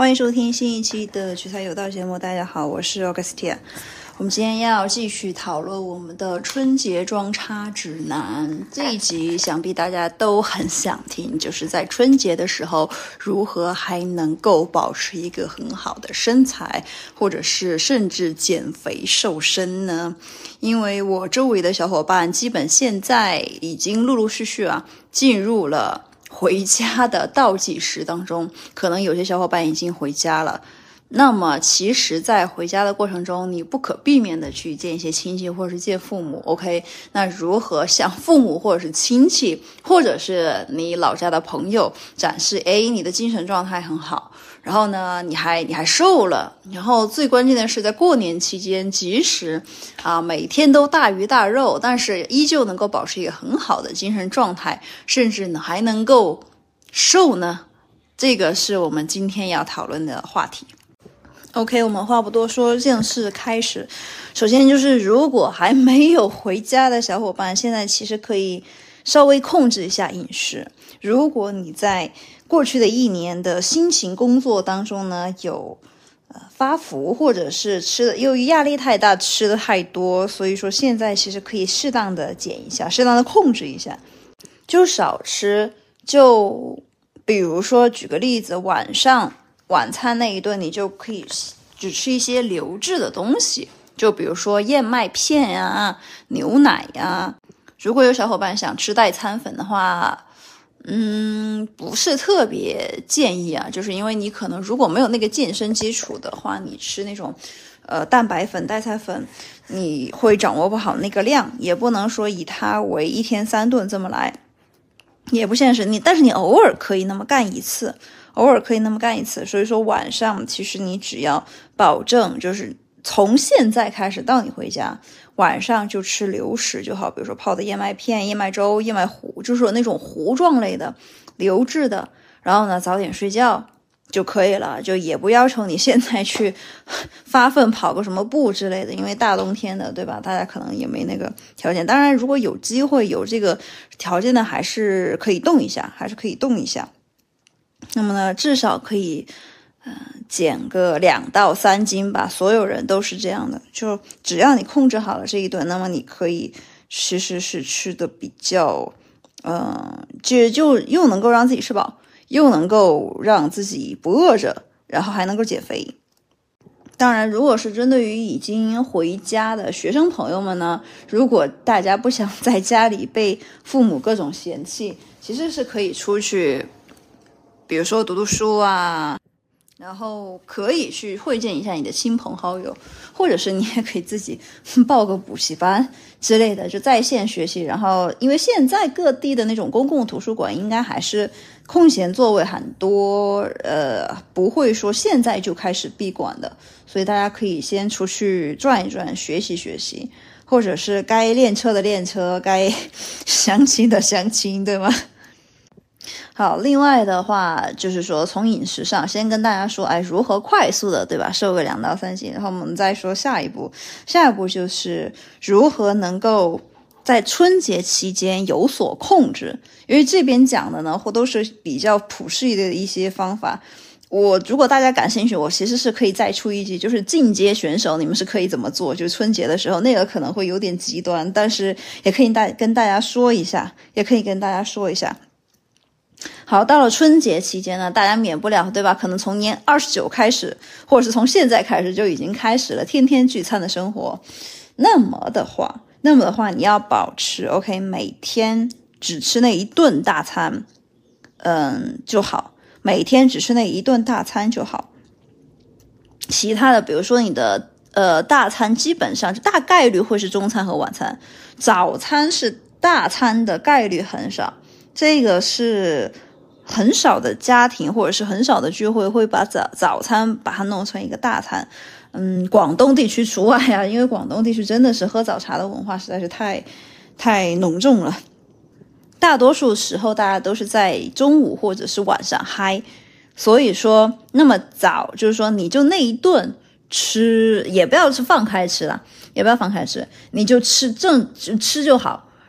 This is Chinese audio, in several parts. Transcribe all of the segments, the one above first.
欢迎收听新一期的取材有道节目。大家好，我是 Augustia。我们今天要继续讨论我们的春节装叉指南。这一集想必大家都很想听，就是在春节的时候如何还能够保持一个很好的身材，或者是甚至减肥瘦身呢？因为我周围的小伙伴基本现在已经陆陆续续进入了回家的倒计时当中，可能有些小伙伴已经回家了。那么其实在回家的过程中，你不可避免的去见一些亲戚或者是见父母 OK， 那如何向父母或者是亲戚或者是你老家的朋友展示你的精神状态很好，然后呢你还瘦了，然后最关键的是在过年期间，即使每天都大鱼大肉，但是依旧能够保持一个很好的精神状态，甚至呢还能够瘦呢？这个是我们今天要讨论的话题。OK， 我们话不多说，正式开始。首先就是如果还没有回家的小伙伴，现在其实可以稍微控制一下饮食。如果你在过去的一年的辛勤工作当中呢，有发福，或者是吃的由于压力太大吃的太多，所以说现在其实可以适当的减一下，适当的控制一下，就少吃。就比如说举个例子，晚餐那一顿你就可以只吃一些流质的东西，就比如说燕麦片牛奶如果有小伙伴想吃代餐粉的话，不是特别建议就是因为你可能如果没有那个健身基础的话，你吃那种蛋白粉代餐粉你会掌握不好那个量，也不能说以它为1天3顿这么来，也不现实。但是你偶尔可以那么干一次，所以说晚上其实你只要保证就是从现在开始到你回家，晚上就吃流食就好，比如说泡的燕麦片、燕麦粥、燕麦糊，就是有那种糊状类的流质的，然后呢早点睡觉就可以了，就也不要求你现在去发奋跑个什么步之类的，因为大冬天的对吧，大家可能也没那个条件。当然如果有机会有这个条件的，还是可以动一下。那么呢至少可以减个2到3斤吧，所有人都是这样的，就只要你控制好了这一顿，那么你可以其实是吃的比较就又能够让自己吃饱，又能够让自己不饿着，然后还能够减肥。当然如果是针对于已经回家的学生朋友们呢，如果大家不想在家里被父母各种嫌弃，其实是可以出去比如说读读书然后可以去会见一下你的亲朋好友，或者是你也可以自己报个补习班之类的，就在线学习。然后因为现在各地的那种公共图书馆应该还是空闲座位很多，不会说现在就开始闭馆的，所以大家可以先出去转一转，学习，或者是该练车的练车，该相亲的相亲，对吗？好，另外的话就是说从饮食上先跟大家说如何快速的对吧瘦个2到3斤，然后我们再说下一步就是如何能够在春节期间有所控制。因为这边讲的呢都是比较普适的一些方法，如果大家感兴趣，我其实是可以再出一集，就是进阶选手你们是可以怎么做，就是春节的时候那个可能会有点极端，但是也可以跟大家说一下。好，到了春节期间呢，大家免不了对吧，可能从年29开始，或者是从现在开始就已经开始了天天聚餐的生活。那么的话你要保持 OK 每天只吃那一顿大餐就好，每天只吃那一顿大餐就好。其他的比如说你的大餐基本上就大概率会是中餐和晚餐，早餐是大餐的概率很少，这个是很少的家庭或者是很少的聚会会把早餐把它弄成一个大餐。广东地区除外因为广东地区真的是喝早茶的文化实在是太浓重了，大多数时候大家都是在中午或者是晚上嗨，所以说那么早就是说你就那一顿吃，也不要是放开吃了，你就吃就好，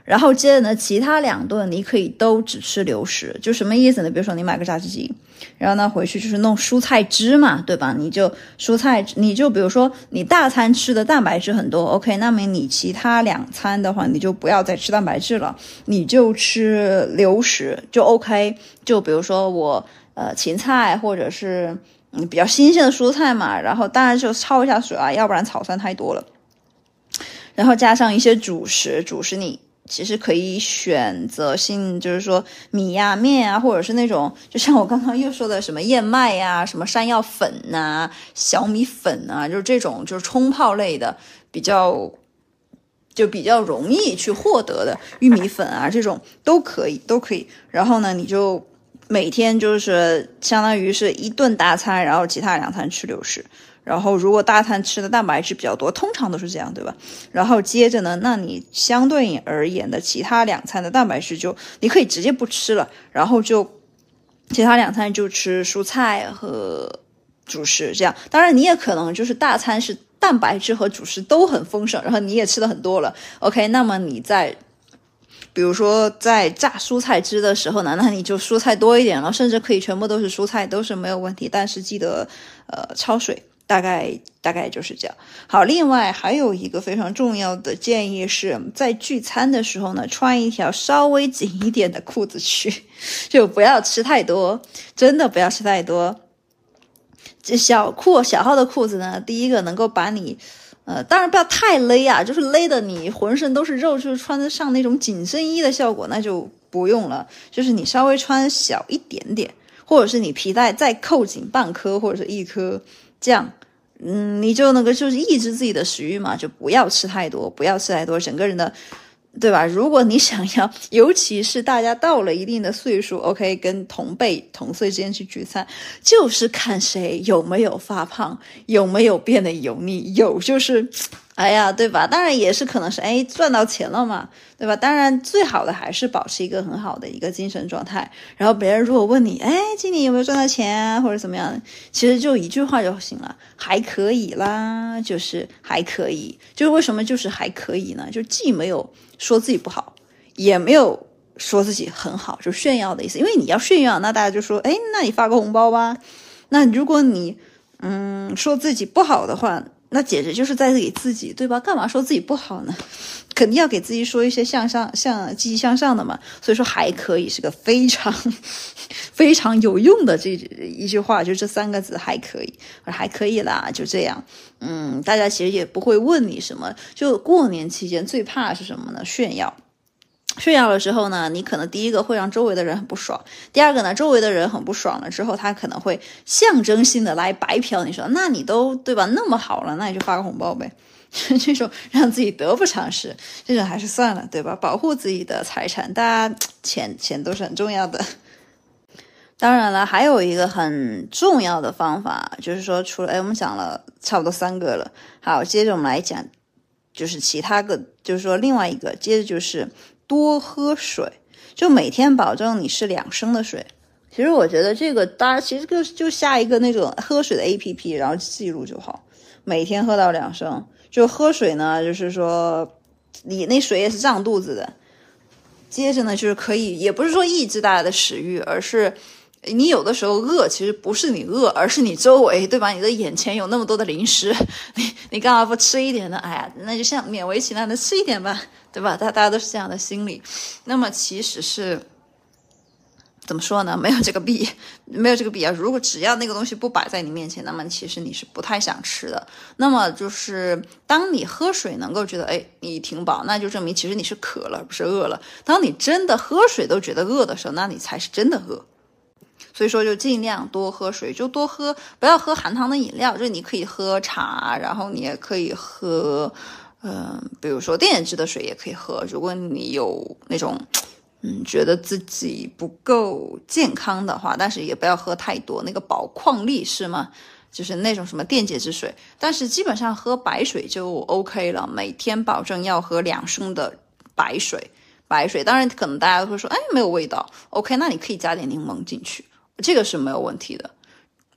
然后接着呢，其他2顿你可以都只吃流食，就什么意思呢？比如说你买个炸鸡鸡，然后呢回去就是弄蔬菜汁嘛，对吧？你就比如说你大餐吃的蛋白质很多 ，OK， 那么你其他2餐的话，你就不要再吃蛋白质了，你就吃流食就 OK。就比如说我芹菜或者是比较新鲜的蔬菜嘛，然后当然就焯一下水啊，要不然草酸太多了。然后加上一些主食你其实可以选择性，就是说米呀、面啊，或者是那种就像我刚刚又说的什么燕麦呀、什么山药粉啊、小米粉啊，就是这种就是冲泡类的，比较容易去获得的玉米粉啊，这种都可以。然后呢，你就每天就是相当于是1顿大餐，然后其他2餐吃流食。然后如果大餐吃的蛋白质比较多，通常都是这样，对吧？然后接着呢，那你相对而言的其他2餐的蛋白质就你可以直接不吃了，然后就其他2餐就吃蔬菜和主食这样。当然你也可能就是大餐是蛋白质和主食都很丰盛，然后你也吃的很多了 OK， 那么你在比如说在榨蔬菜汁的时候呢，那你就蔬菜多一点了，甚至可以全部都是蔬菜，都是没有问题，但是记得焯水，大概就是这样。好，另外还有一个非常重要的建议是，在聚餐的时候呢，穿一条稍微紧一点的裤子去，就不要吃太多，真的不要吃太多。这小号的裤子呢，第一个能够把你当然不要太勒啊，就是勒的你浑身都是肉，就是穿得上那种紧身衣的效果，那就不用了。就是你稍微穿小一点点，或者是你皮带再扣紧半颗或者是1颗，这样，你就那个就是抑制自己的食欲嘛，就不要吃太多，整个人的。对吧？如果你想要，尤其是大家到了一定的岁数 ，OK， 跟同辈同岁之间去聚餐，就是看谁有没有发胖，有没有变得油腻，有就是，哎呀，对吧？当然也是可能是赚到钱了嘛，对吧？当然最好的还是保持一个很好的一个精神状态。然后别人如果问你，今年有没有赚到钱啊，或者怎么样，其实就一句话就行了，还可以啦，就是还可以。就是为什么就是还可以呢？就既没有说自己不好，也没有说自己很好，就炫耀的意思。因为你要炫耀，那大家就说，那你发个红包吧。那如果你说自己不好的话，那简直就是在给自己，对吧？干嘛说自己不好呢？肯定要给自己说一些积极向上的嘛。所以说还可以是个非常非常有用的这一句话，就这3个字还可以，还可以啦，就这样。大家其实也不会问你什么。就过年期间最怕是什么呢？炫耀的时候呢，你可能第一个会让周围的人很不爽，第二个呢，周围的人很不爽了之后，他可能会象征性的来白嫖你，说那你都对吧那么好了，那你就发个红包呗。这种让自己得不偿失，这种还是算了，对吧？保护自己的财产，大家钱都是很重要的。当然了，还有一个很重要的方法，就是说除了我们讲了差不多3个了，好，接着我们来讲就是其他个，就是说另外一个，接着就是多喝水，就每天保证你是2升的水。其实我觉得这个大家其实就下一个那种喝水的 APP， 然后记录就好，每天喝到2升。就喝水呢，就是说你那水也是胀肚子的。接着呢，就是可以，也不是说抑制大家的食欲，而是你有的时候饿，其实不是你饿，而是你周围，对吧？你的眼前有那么多的零食，你干嘛不吃一点呢？哎呀，那就像勉为其难的吃一点吧，对吧？大家都是这样的心理。那么其实是怎么说呢？没有这个必要。如果只要那个东西不摆在你面前，那么其实你是不太想吃的。那么就是当你喝水能够觉得你挺饱，那就证明其实你是渴了，不是饿了。当你真的喝水都觉得饿的时候，那你才是真的饿。所以说就尽量多喝水，就多喝，不要喝含糖的饮料。就是你可以喝茶，然后你也可以喝比如说电解质的水也可以喝。如果你有那种觉得自己不够健康的话，但是也不要喝太多那个宝矿力士嘛，就是那种什么电解质水。但是基本上喝白水就 OK 了，每天保证要喝2升的白水。当然可能大家会说没有味道 OK， 那你可以加点柠檬进去，这个是没有问题的。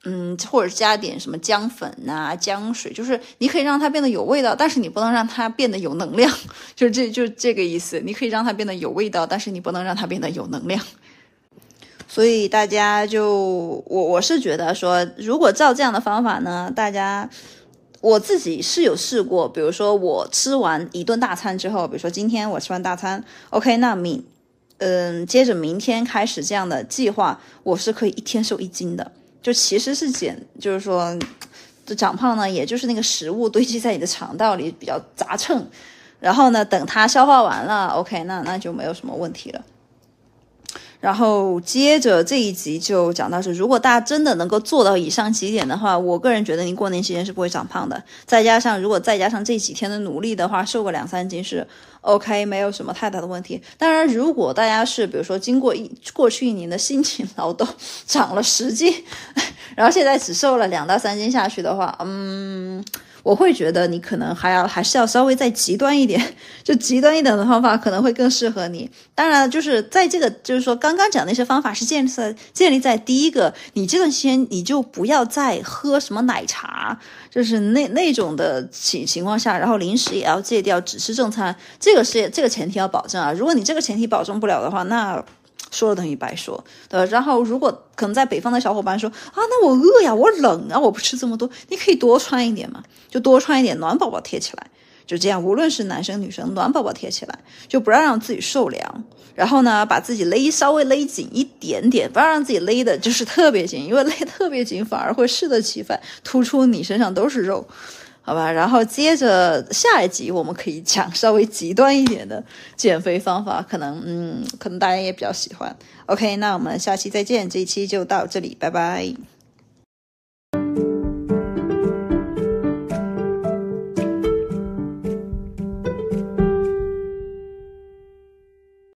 或者加点什么姜粉啊、姜水，就是你可以让它变得有味道，但是你不能让它变得有能量，就是这个意思。你可以让它变得有味道，但是你不能让它变得有能量。所以大家我是觉得说，如果照这样的方法呢，我自己是有试过，比如说我吃完一顿大餐之后，比如说今天我吃完大餐 ，OK， 那接着明天开始这样的计划，我是可以1天瘦1斤的。就其实是就是说长胖呢，也就是那个食物堆积在你的肠道里比较杂称，然后呢，等它消化完了 ，OK， 那就没有什么问题了。然后接着这一集就讲到这，如果大家真的能够做到以上几点的话，我个人觉得你过年期间是不会长胖的。如果再加上这几天的努力的话，瘦个2-3斤是 OK， 没有什么太大的问题。当然，如果大家是比如说经过过去1年的辛勤劳动，长了10斤，然后现在只瘦了2到3斤下去的话，我会觉得你可能还是要稍微再极端一点，就极端一点的方法可能会更适合你。当然，就是在这个就是说刚刚讲那些方法是建立在第一个，你这段时间你就不要再喝什么奶茶，就是那种的情况下，然后零食也要戒掉，只吃正餐，这个前提要保证啊。如果你这个前提保证不了的话，那说了等于白说，对吧？然后如果可能在北方的小伙伴说啊，那我饿呀，我冷啊，我不吃这么多，你可以多穿一点嘛，就多穿一点，暖宝宝贴起来，就这样，无论是男生女生，暖宝宝贴起来，就不要让自己受凉。然后呢，把自己稍微勒紧一点点，不要让自己勒的就是特别紧，因为勒特别紧反而会适得其反，突出你身上都是肉。好吧，然后接着下一集我们可以讲稍微极端一点的减肥方法，可能大家也比较喜欢。OK， 那我们下期再见，这一期就到这里，拜拜。